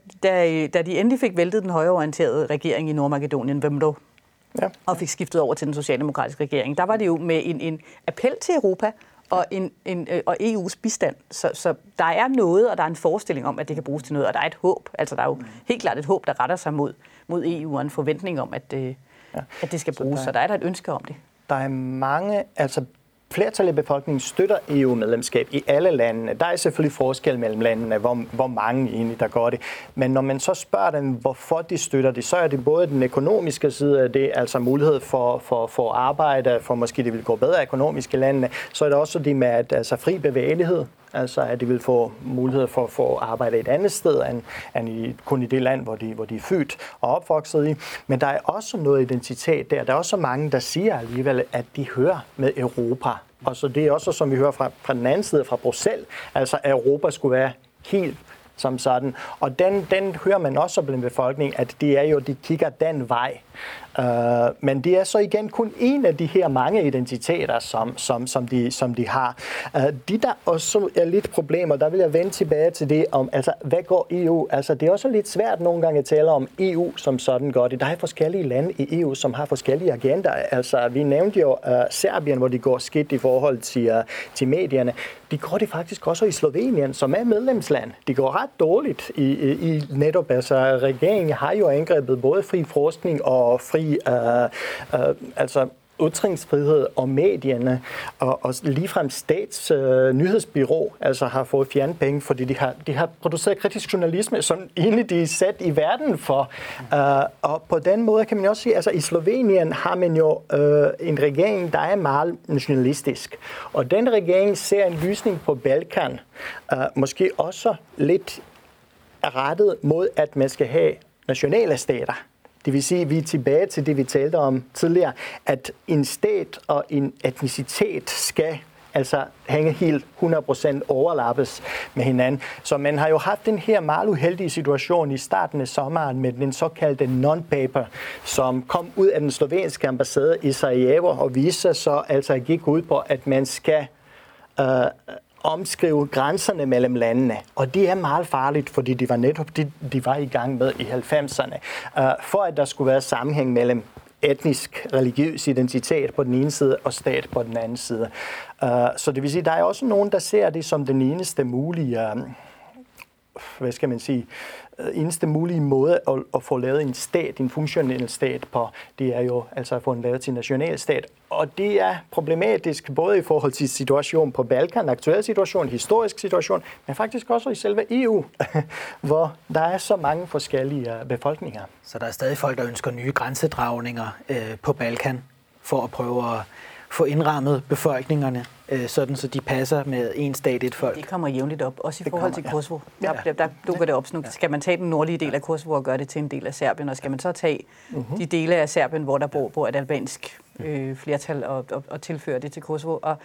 da, da de endelig fik væltet den højreorienterede regering i Nordmakedonien, Vemdo, ja. og fik skiftet over til den socialdemokratiske regering, der var det jo med en, en appel til Europa og, en, en, og E U's bistand. Så, så der er noget, og der er en forestilling om, at det kan bruges til noget, og der er et håb. Altså der er jo helt klart et håb, der retter sig mod, mod E U, og en forventning om, at, ja. at det skal bruges. Så der, så der er der et ønske om det. Der er mange... altså Flertallet af befolkningen støtter E U-medlemskab i alle landene. Der er selvfølgelig forskel mellem landene, hvor, hvor mange egentlig der gør det. Men når man så spørger dem, hvorfor de støtter det, så er det både den økonomiske side af det, altså mulighed for, for, for arbejde, for måske det vil gå bedre økonomisk i landene. Så er det også det med at, altså, fri bevægelighed, altså at de vil få mulighed for at få arbejde et andet sted, end, end i, kun i det land, hvor de, hvor de er født og opvokset i. Men der er også noget identitet der. Der er også mange, der siger alligevel, at de hører med Europa. Og så det er også, som vi hører fra, fra den anden side, fra Bruxelles, altså at Europa skulle være helt som sådan. Og den, den hører man også blandt befolkningen, at det er jo, de kigger den vej. Uh, men det er så igen kun en af de her mange identiteter, som, som, som, de, som de har. Uh, de der også er lidt problemer, der vil jeg vende tilbage til det om, altså hvad går E U? Altså det er også lidt svært nogle gange at tale om E U som sådan godt. Der er forskellige lande i E U, som har forskellige agendaer. Altså vi nævnte jo uh, Serbien, hvor de går skidt i forhold til, uh, til medierne. De går det faktisk også i Slovenien, som er medlemsland. De går ret dårligt i, i, i netop, altså regeringen har jo angrebet både fri forskning og fri Uh, uh, altså ytringsfrihed og medierne, og, og ligefrem stats uh, nyhedsbyrå altså har fået fjernpenge, fordi de har, de har produceret kritisk journalisme, som egentlig de er sat i verden for. Uh, og på den måde kan man også sige, altså i Slovenien har man jo uh, en regering, der er meget nationalistisk. Og den regering ser en løsning på Balkan, uh, måske også lidt rettet mod, at man skal have nationale stater. Det vil sige, at vi er tilbage til det, vi talte om tidligere, at en stat og en etnicitet skal altså hænge helt hundrede procent overlappes med hinanden. Så man har jo haft den her meget uheldige situation i starten af sommeren med den såkaldte non-paper, som kom ud af den slovenske ambassade i Sarajevo og viste så altså at gik ud på, at man skal øh, omskrive grænserne mellem landene. Og det er meget farligt, fordi de var netop det, de var i gang med i halvfemserne. Uh, for at der skulle være sammenhæng mellem etnisk, religiøs identitet på den ene side og stat på den anden side. Uh, så det vil sige, der er også nogen, der ser det som den eneste mulige, uh, hvad skal man sige, eneste mulige måde at, at få lavet en stat, en funktionel stat på, det er jo altså at få en lavet til en nationalstat. Og det er problematisk både i forhold til situationen på Balkan, aktuel situation, historisk situation, men faktisk også i selve E U, hvor der er så mange forskellige befolkninger. Så der er stadig folk, der ønsker nye grænsedragninger øh, på Balkan, for at prøve at få indrammet befolkningerne, øh, sådan så de passer med en stat, et folk. Det kommer jævnligt op, også i det forhold kommer, til Kosovo. Ja. Der, der, der dukker det op. Så nu skal man tage den nordlige del af Kosovo og gøre det til en del af Serbien, og skal man så tage uh-huh. de dele af Serbien, hvor der bor, bor et albansk øh, flertal, og, og, og tilføre det til Kosovo. Og,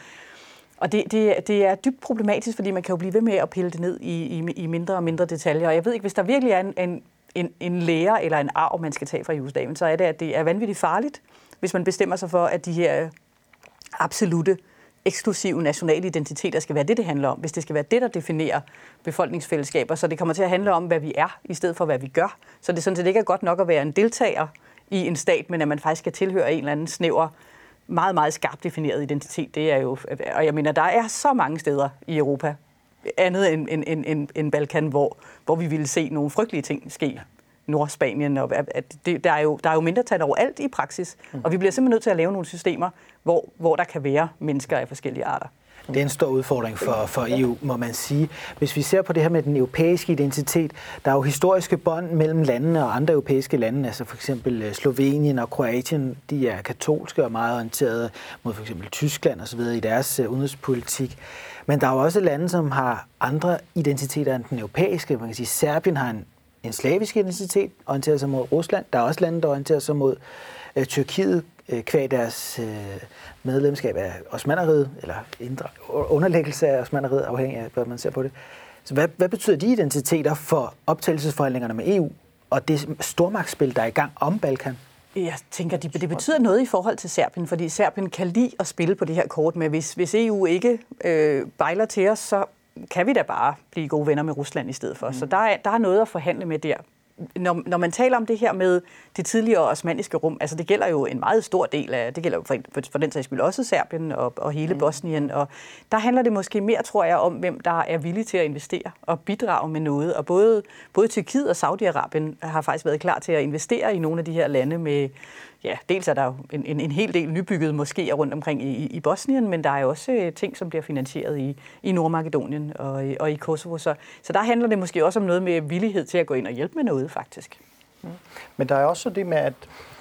og det, det, det er dybt problematisk, fordi man kan jo blive ved med at pille det ned i, i, i mindre og mindre detaljer. Og jeg ved ikke, hvis der virkelig er en, en, en, en lære eller en arv, man skal tage fra Jugoslavien, så er det, at det er vanvittigt farligt, hvis man bestemmer sig for, at de her absolute, eksklusive nationale identiteter skal være det, det handler om. Hvis det skal være det, der definerer befolkningsfællesskaber, så det kommer til at handle om, hvad vi er, i stedet for, hvad vi gør. Så det er sådan set ikke er godt nok at være en deltager i en stat, men at man faktisk skal tilhøre en eller anden snæver, meget, meget skarpt defineret identitet. Det er jo, og jeg mener, der er så mange steder i Europa, andet end, end, end, end Balkan, hvor, hvor vi ville se nogle frygtelige ting ske. Nordspanien, og at det, der, er jo, der er jo mindretal overalt i praksis, og vi bliver simpelthen nødt til at lave nogle systemer, hvor, hvor der kan være mennesker af forskellige arter. Det er en stor udfordring for, for E U, må man sige. Hvis vi ser på det her med den europæiske identitet, der er jo historiske bånd mellem landene og andre europæiske lande, altså for eksempel Slovenien og Kroatien, de er katolske og meget orienteret mod for eksempel Tyskland osv. i deres udenrigspolitik. Men der er jo også lande, som har andre identiteter end den europæiske. Man kan sige, at Serbien har en en slavisk identitet, orienterer sig mod Rusland. Der er også lande, der orienterer sig mod øh, Tyrkiet, øh, kvæg deres øh, medlemskab af Osmannerriget, eller indre, underlæggelse af Osmannerriget, afhængig af, hvad man ser på det. Så hvad, hvad betyder de identiteter for optagelsesforhandlingerne med E U, og det stormagtsspil, der er i gang om Balkan? Jeg tænker, det betyder noget i forhold til Serbien, fordi Serbien kan lide at spille på det her kort med, hvis, hvis E U ikke øh, bejler til os, så kan vi da bare blive gode venner med Rusland i stedet for. Mm. Så der er, der er noget at forhandle med der. Når, når man taler om det her med det tidligere osmanniske rum, altså det gælder jo en meget stor del af, det gælder jo for, for, for den sags skyld også Serbien og, og hele mm. Bosnien, og der handler det måske mere, tror jeg, om hvem der er villig til at investere og bidrage med noget, og både, både Tyrkiet og Saudi-Arabien har faktisk været klar til at investere i nogle af de her lande med, ja, dels er der jo en, en, en hel del nybyggede moskéer rundt omkring i, i Bosnien, men der er jo også ting, som bliver finansieret i, i Nordmakedonien og, og i Kosovo. Så, så der handler det måske også om noget med villighed til at gå ind og hjælpe med noget, faktisk. Mm. Men der er også det med, at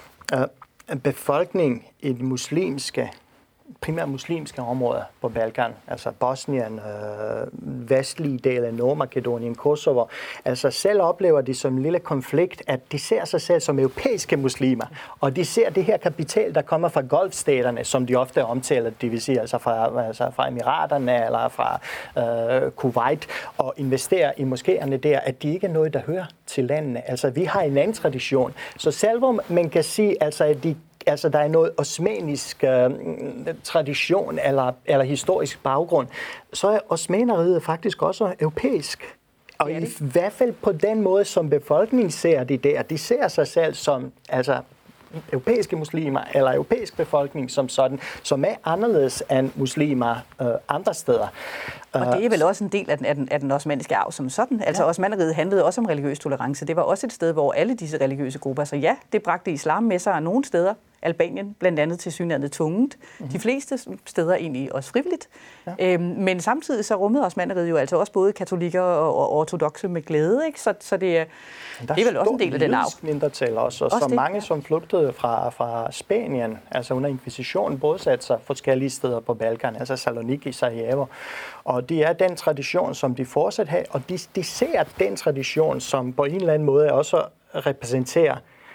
øh, befolkningen i de muslimske, primært muslimske områder på Balkan, altså Bosnien, øh, vestlige del af Nordmakedonien, Kosovo, altså selv oplever de som en lille konflikt, at de ser sig selv som europæiske muslimer, og de ser det her kapital, der kommer fra golfstaterne, som de ofte omtaler, det vil sige altså fra, altså fra Emiraterne eller fra øh, Kuwait, og investerer i moskéerne der, at de ikke er noget, der hører til landene. Altså vi har en anden tradition, så selvom man kan sige, altså at de Altså, der er noget osmanisk øh, tradition eller, eller historisk baggrund, så er osmaneriet faktisk også europæisk. Og i hvert fald på den måde, som befolkningen ser det der. De ser sig selv som altså, europæiske muslimer eller europæisk befolkning som sådan, som er anderledes end muslimer øh, andre steder. Og det er vel også en del af den, af den, af den osmanniske arv som sådan. Altså ja. Osmaneriet handlede også om religiøs tolerance. Det var også et sted, hvor alle disse religiøse grupper, så ja, det bragte islam med sig nogle steder. Albanien blandt andet til synlandet tvunget. Mm-hmm. De fleste steder egentlig også frivilligt. Ja. Øhm, men samtidig så rummede Osmaneriet jo altså også både katolikker og, og ortodokse med glæde. Ikke? Så, så det, det er vel også en del af den arv. Der er mindretal også, og også så det, mange, ja. Som flygtede fra, fra Spanien, altså under inkvisitionen, bosatte sig forskellige steder på Balkan, altså Saloniki, Sarajevo. Og det er den tradition, som de fortsat har, og de, de ser den tradition, som på en eller anden måde også repræsenterer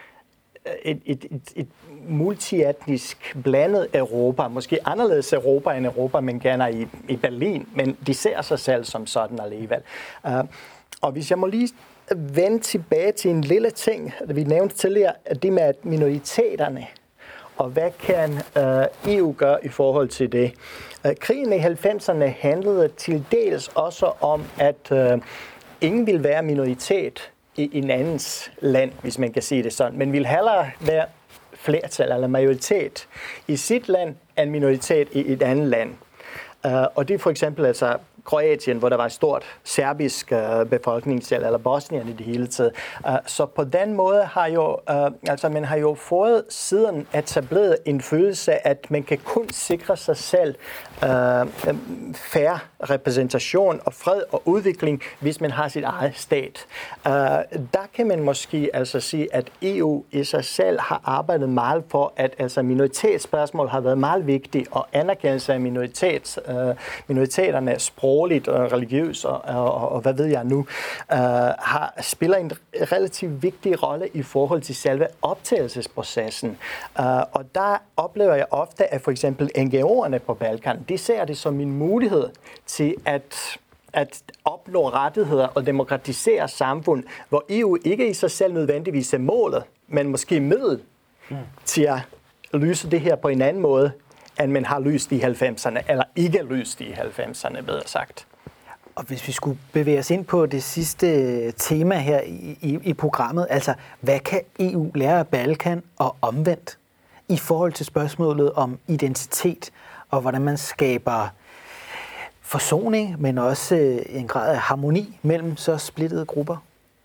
et, et, et, et multietnisk blandet Europa, måske anderledes Europa end Europa, man kender i, i Berlin, men de ser sig selv som sådan alligevel. Uh, og hvis jeg må lige vende tilbage til en lille ting, vi nævnte tidligere, det med minoriteterne, og hvad kan uh, E U gøre i forhold til det? Uh, krigen i halvfemserne handlede til dels også om, at uh, ingen ville være minoritet i en andens land, hvis man kan sige det sådan, men vil hellere være flertal eller majoritet i sit land end minoritet i et andet land. Uh, og det er for eksempel altså Kroatien, hvor der var et stort serbisk uh, befolkningstal, eller Bosnien i det hele taget. Uh, så på den måde har jo, uh, altså man har jo fået siden etableret en følelse, at man kan kun sikre sig selv uh, fair repræsentation og fred og udvikling, hvis man har sit eget stat. Uh, der kan man måske altså sige, at E U i sig selv har arbejdet meget for, at altså minoritetsspørgsmål har været meget vigtige, og anerkendelse af minoritets, uh, minoriteterne sprogligt og religiøst og, og, og hvad ved jeg nu, uh, har, spiller en relativt vigtig rolle i forhold til selve optagelsesprocessen. Uh, og der oplever jeg ofte, at for eksempel N G O'erne på Balkan, de ser det som en mulighed til at at opnå rettigheder og demokratisere samfund, hvor E U ikke i sig selv nødvendigvis er målet, men måske middel mm. til at løse det her på en anden måde, end man har løst i halvfemserne, eller ikke løst i halvfemserne, bedre sagt. Og hvis vi skulle bevæge os ind på det sidste tema her i, i, i programmet, altså hvad kan E U lære af Balkan og omvendt i forhold til spørgsmålet om identitet, og hvordan man skaber forsoning, men også en grad af harmoni mellem så splittede grupper?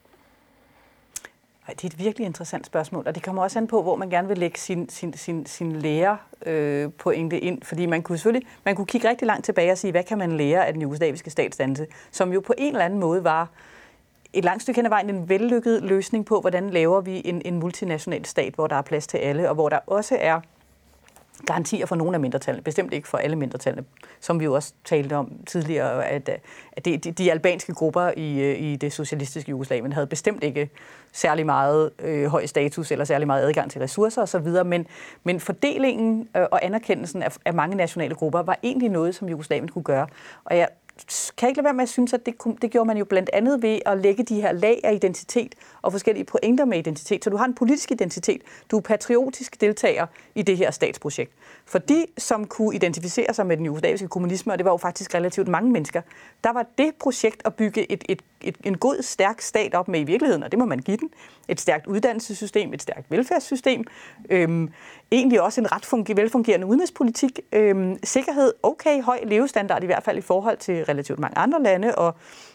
Det er et virkelig interessant spørgsmål, og det kommer også an på, hvor man gerne vil lægge sin, sin, sin, sin lærepointe øh, ind. Fordi man kunne selvfølgelig man kunne kigge rigtig langt tilbage og sige, hvad kan man lære af den jugoslaviske statsdannelse, som jo på en eller anden måde var et langt stykke hen ad vejen en vellykket løsning på, hvordan laver vi en, en multinational stat, hvor der er plads til alle, og hvor der også er garantier for nogle af mindretallene, bestemt ikke for alle mindretallene, som vi jo også talte om tidligere, at, at de, de, de albanske grupper i, i det socialistiske Jugoslavien havde bestemt ikke særlig meget øh, høj status eller særlig meget adgang til ressourcer osv., men, men fordelingen øh, og anerkendelsen af, af mange nationale grupper var egentlig noget, som Jugoslavien kunne gøre. Og jeg kan ikke lade være med at synes, at det, det gjorde man jo blandt andet ved at lægge de her lag af identitet og forskellige pointer med identitet. Så du har en politisk identitet, du er patriotisk deltager i det her statsprojekt. For de, som kunne identificere sig med den jugoslaviske kommunisme, og det var jo faktisk relativt mange mennesker, der var det projekt at bygge et, et, et, en god, stærk stat op med i virkeligheden, og det må man give den. Et stærkt uddannelsessystem, et stærkt velfærdssystem, øhm, egentlig også en ret funger- velfungerende udenrigspolitik, øhm, sikkerhed, okay, høj levestandard i hvert fald i forhold til relativt mange andre lande, og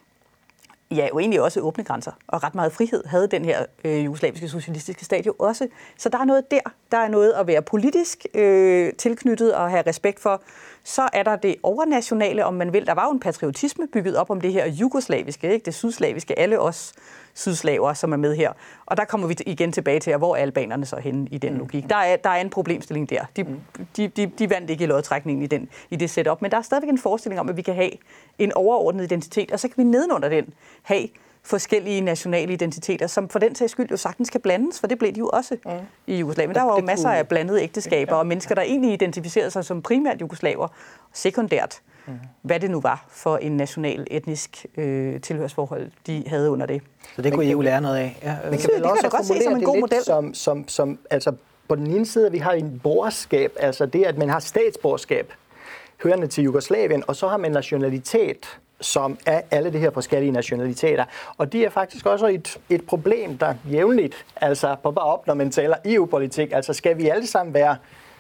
ja, jo egentlig også åbne grænser, og ret meget frihed havde den her øh, jugoslaviske socialistiske stat jo også. Så der er noget der. Der er noget at være politisk øh, tilknyttet og have respekt for. Så er der det overnationale, om man vil. Der var jo en patriotisme bygget op om det her jugoslaviske, ikke? Det sydslaviske, alle os sydslaver, som er med her. Og der kommer vi igen tilbage til, hvor er albanerne så henne i den mm. logik. Der er, der er en problemstilling der. De, mm. de, de, de vandt ikke i lodtrækningen i, den, i det setup, men der er stadigvæk en forestilling om, at vi kan have en overordnet identitet, og så kan vi nedenunder den have forskellige nationale identiteter, som for den sags skyld jo sagtens kan blandes, for det blev de jo også mm. i Jugoslavien. Der var jo masser af blandede ægteskaber, ja. Og mennesker, der egentlig identificerede sig som primært jugoslaver, sekundært, mm. hvad det nu var for en national, etnisk øh, tilhørsforhold, de havde under det. Så det kunne E U lære noget af? Ja, øh. Man kan vel også godt se som en god model. Som, som, som, altså, på den ene side, vi har en borgerskab, altså det, at man har statsborgerskab, hørende til Jugoslavien, og så har man nationalitet, som er alle de her forskellige nationaliteter. Og det er faktisk også et, et problem, der jævnligt altså popper op, når man taler E U-politik. Altså skal vi alle sammen være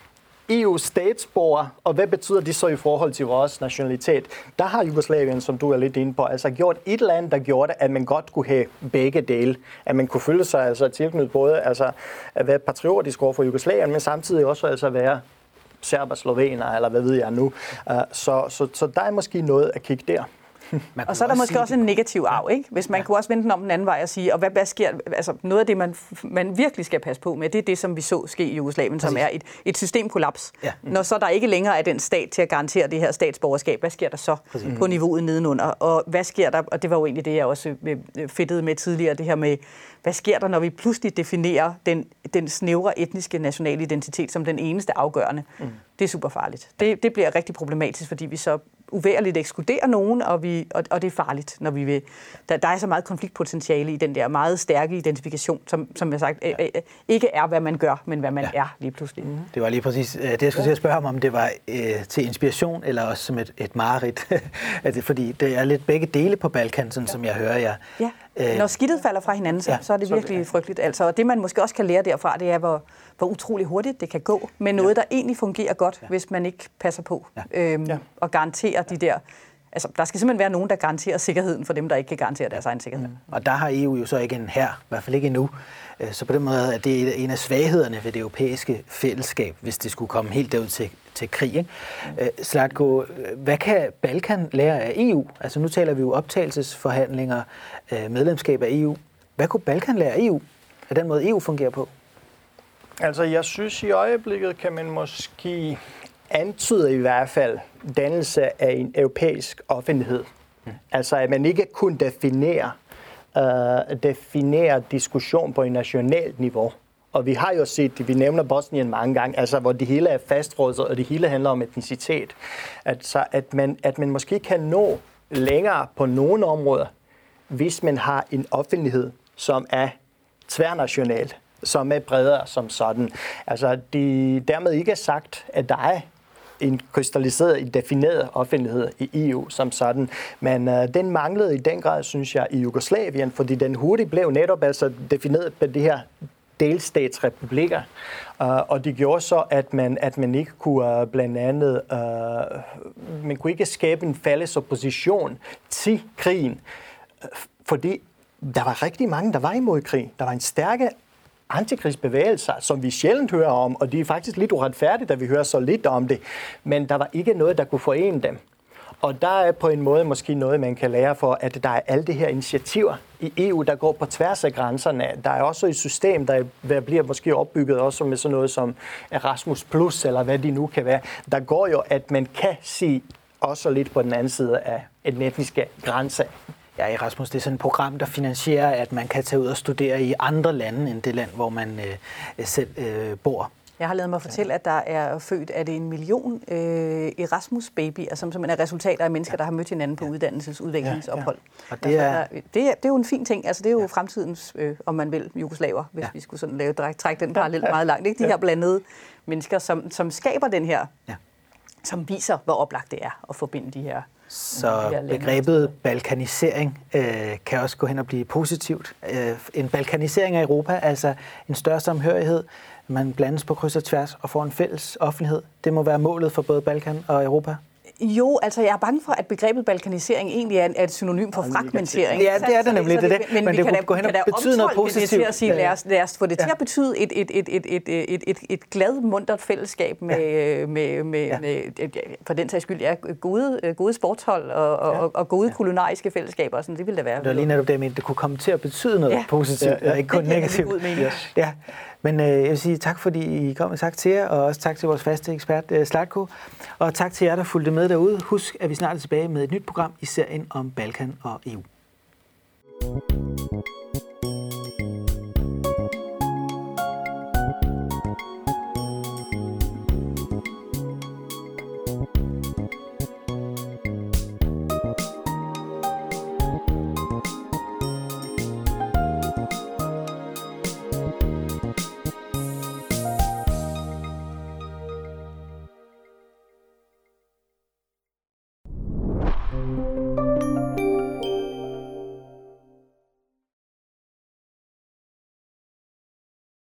E U-statsborgere, og hvad betyder det så i forhold til vores nationalitet? Der har Jugoslavien, som du er lidt inde på, altså gjort et eller andet, der gjorde det, at man godt kunne have begge dele. At man kunne føle sig altså tilknyttet både altså, at være patriotisk over for Jugoslavien, men samtidig også altså være serber, slovener, eller hvad ved jeg nu. Uh, så, så, så der er måske noget at kigge der. Og så er der måske også en negativ arv, ikke? Hvis man ja. kunne også vende den om den anden vej og sige, og hvad, hvad sker, altså noget af det, man, man virkelig skal passe på med, det er det, som vi så ske i Jugoslavien, som er et, et systemkollaps. Ja. Mm. Når så der ikke længere er den stat til at garantere det her statsborgerskab, hvad sker der så Præcis. på niveauet nedenunder? Og hvad sker der, og det var jo egentlig det, jeg også fedtede med tidligere, det her med, hvad sker der, når vi pludselig definerer den, den snævre etniske nationale identitet som den eneste afgørende? Mm. Det er super farligt. Det, det bliver rigtig problematisk, fordi vi så uværligt ekskluderer nogen, og, vi, og, og det er farligt, når vi vil. Der, der er så meget konfliktpotentiale i den der meget stærke identifikation, som, som jeg har sagt, ja. ikke er, hvad man gør, men hvad man ja. er lige pludselig. Mm. Det var lige præcis det, jeg skulle til at spørge ham, om det var øh, til inspiration, eller også som et, et mareridt. Fordi det er lidt begge dele på Balkan, sådan ja. som jeg hører jer. Ja. Øh, Når skidtet falder fra hinanden, så, ja, så er det virkelig det, ja. frygteligt. Altså, og det, man måske også kan lære derfra, det er, hvor, hvor utrolig hurtigt det kan gå, med noget, ja. der egentlig fungerer godt, ja. hvis man ikke passer på ja. Øhm, ja. og garanterer de der Altså, der skal simpelthen være nogen, der garanterer sikkerheden for dem, der ikke kan garantere deres egen sikkerhed. Mm. Og der har E U jo så ikke en hær, i hvert fald ikke endnu. Så på den måde er det en af svaghederne ved det europæiske fællesskab, hvis det skulle komme helt derud til, til krig. Ikke? Mm. Zlatko, hvad kan Balkan lære af E U? Altså nu taler vi jo optagelsesforhandlinger, medlemskab af E U. Hvad kunne Balkan lære af E U? Af den måde E U fungerer på? Altså jeg synes i øjeblikket kan man måske antyder i hvert fald dannelse af en europæisk offentlighed. Mm. Altså at man ikke kun definerer, uh, definerer diskussion på et nationalt niveau. Og vi har jo set, vi nævner Bosnien mange gange, altså hvor det hele er fastfrosset, og det hele handler om etnicitet. Altså at man, at man måske kan nå længere på nogle områder, hvis man har en offentlighed, som er tværnational, som er bredere som sådan. Altså de dermed ikke er sagt, at der er en krystalliseret, defineret offentlighed i E U som sådan. Men uh, den manglede i den grad, synes jeg, i Jugoslavien, fordi den hurtigt blev netop altså defineret på de her delstatsrepublikker. Uh, og det gjorde så, at man, at man ikke kunne uh, blandt andet, uh, man kunne ikke skabe en fælles opposition til krigen, uh, fordi der var rigtig mange, der var imod krig. Der var en stærke antikrigsbevægelser, som vi sjældent hører om, og det er faktisk lidt uretfærdigt, at vi hører så lidt om det, men der var ikke noget, der kunne forene dem. Og der er på en måde måske noget, man kan lære for, at der er alle de her initiativer i E U, der går på tværs af grænserne. Der er også et system, der bliver måske opbygget også med sådan noget som Erasmus plus, eller hvad det nu kan være. Der går jo, at man kan sige også lidt på den anden side af den etniske grænse. Ja, Erasmus, det er sådan et program, der finansierer, at man kan tage ud og studere i andre lande end det land, hvor man øh, selv øh, bor. Jeg har lavet mig fortælle, at der er født af det en million øh, Erasmus-babyer, som simpelthen er resultater af mennesker, der har mødt hinanden på uddannelsesudviklingsophold. Ja, ja. Og det er... det, er, det er jo en fin ting. Altså, det er jo ja. fremtidens, øh, om man vil, jugoslaver, hvis ja. vi skulle sådan lave trække den parallel meget langt. Ikke? De her blandede mennesker, som, som skaber den her, ja. som viser, hvor oplagt det er at forbinde de her. Så begrebet balkanisering øh, kan også gå hen og blive positivt. Øh, en balkanisering af Europa, altså en større samhørighed, man blandes på kryds og tværs og får en fælles offentlighed. Det må være målet for både Balkan og Europa. Jo, altså jeg er bange for, at begrebet balkanisering egentlig er et synonym for fragmentering. Ja, det er det nemlig. Det, det. Men, men det kunne gå hen og betyde noget positivt. Det til at sige, lad, os, lad os få det ja. til at betyde et, et, et, et, et, et, et, et glad, muntert fællesskab med, ja. med, med, ja. med for den sags skyld, ja, gode, gode sportshold og, og, ja. og gode kulinariske fællesskaber. Sådan, det ville da være. Det var lige netop det, jeg mente. Det kunne komme til at betyde noget ja. positivt, ja. og ikke kun negativt. Yes. Ja. Men øh, jeg vil sige tak, fordi I kom, og tak til jer, og også tak til vores faste ekspert, øh, Zlatko. Og tak til jer, der fulgte med derude. Husk, at vi snart er tilbage med et nyt program i serien om Balkan og E U.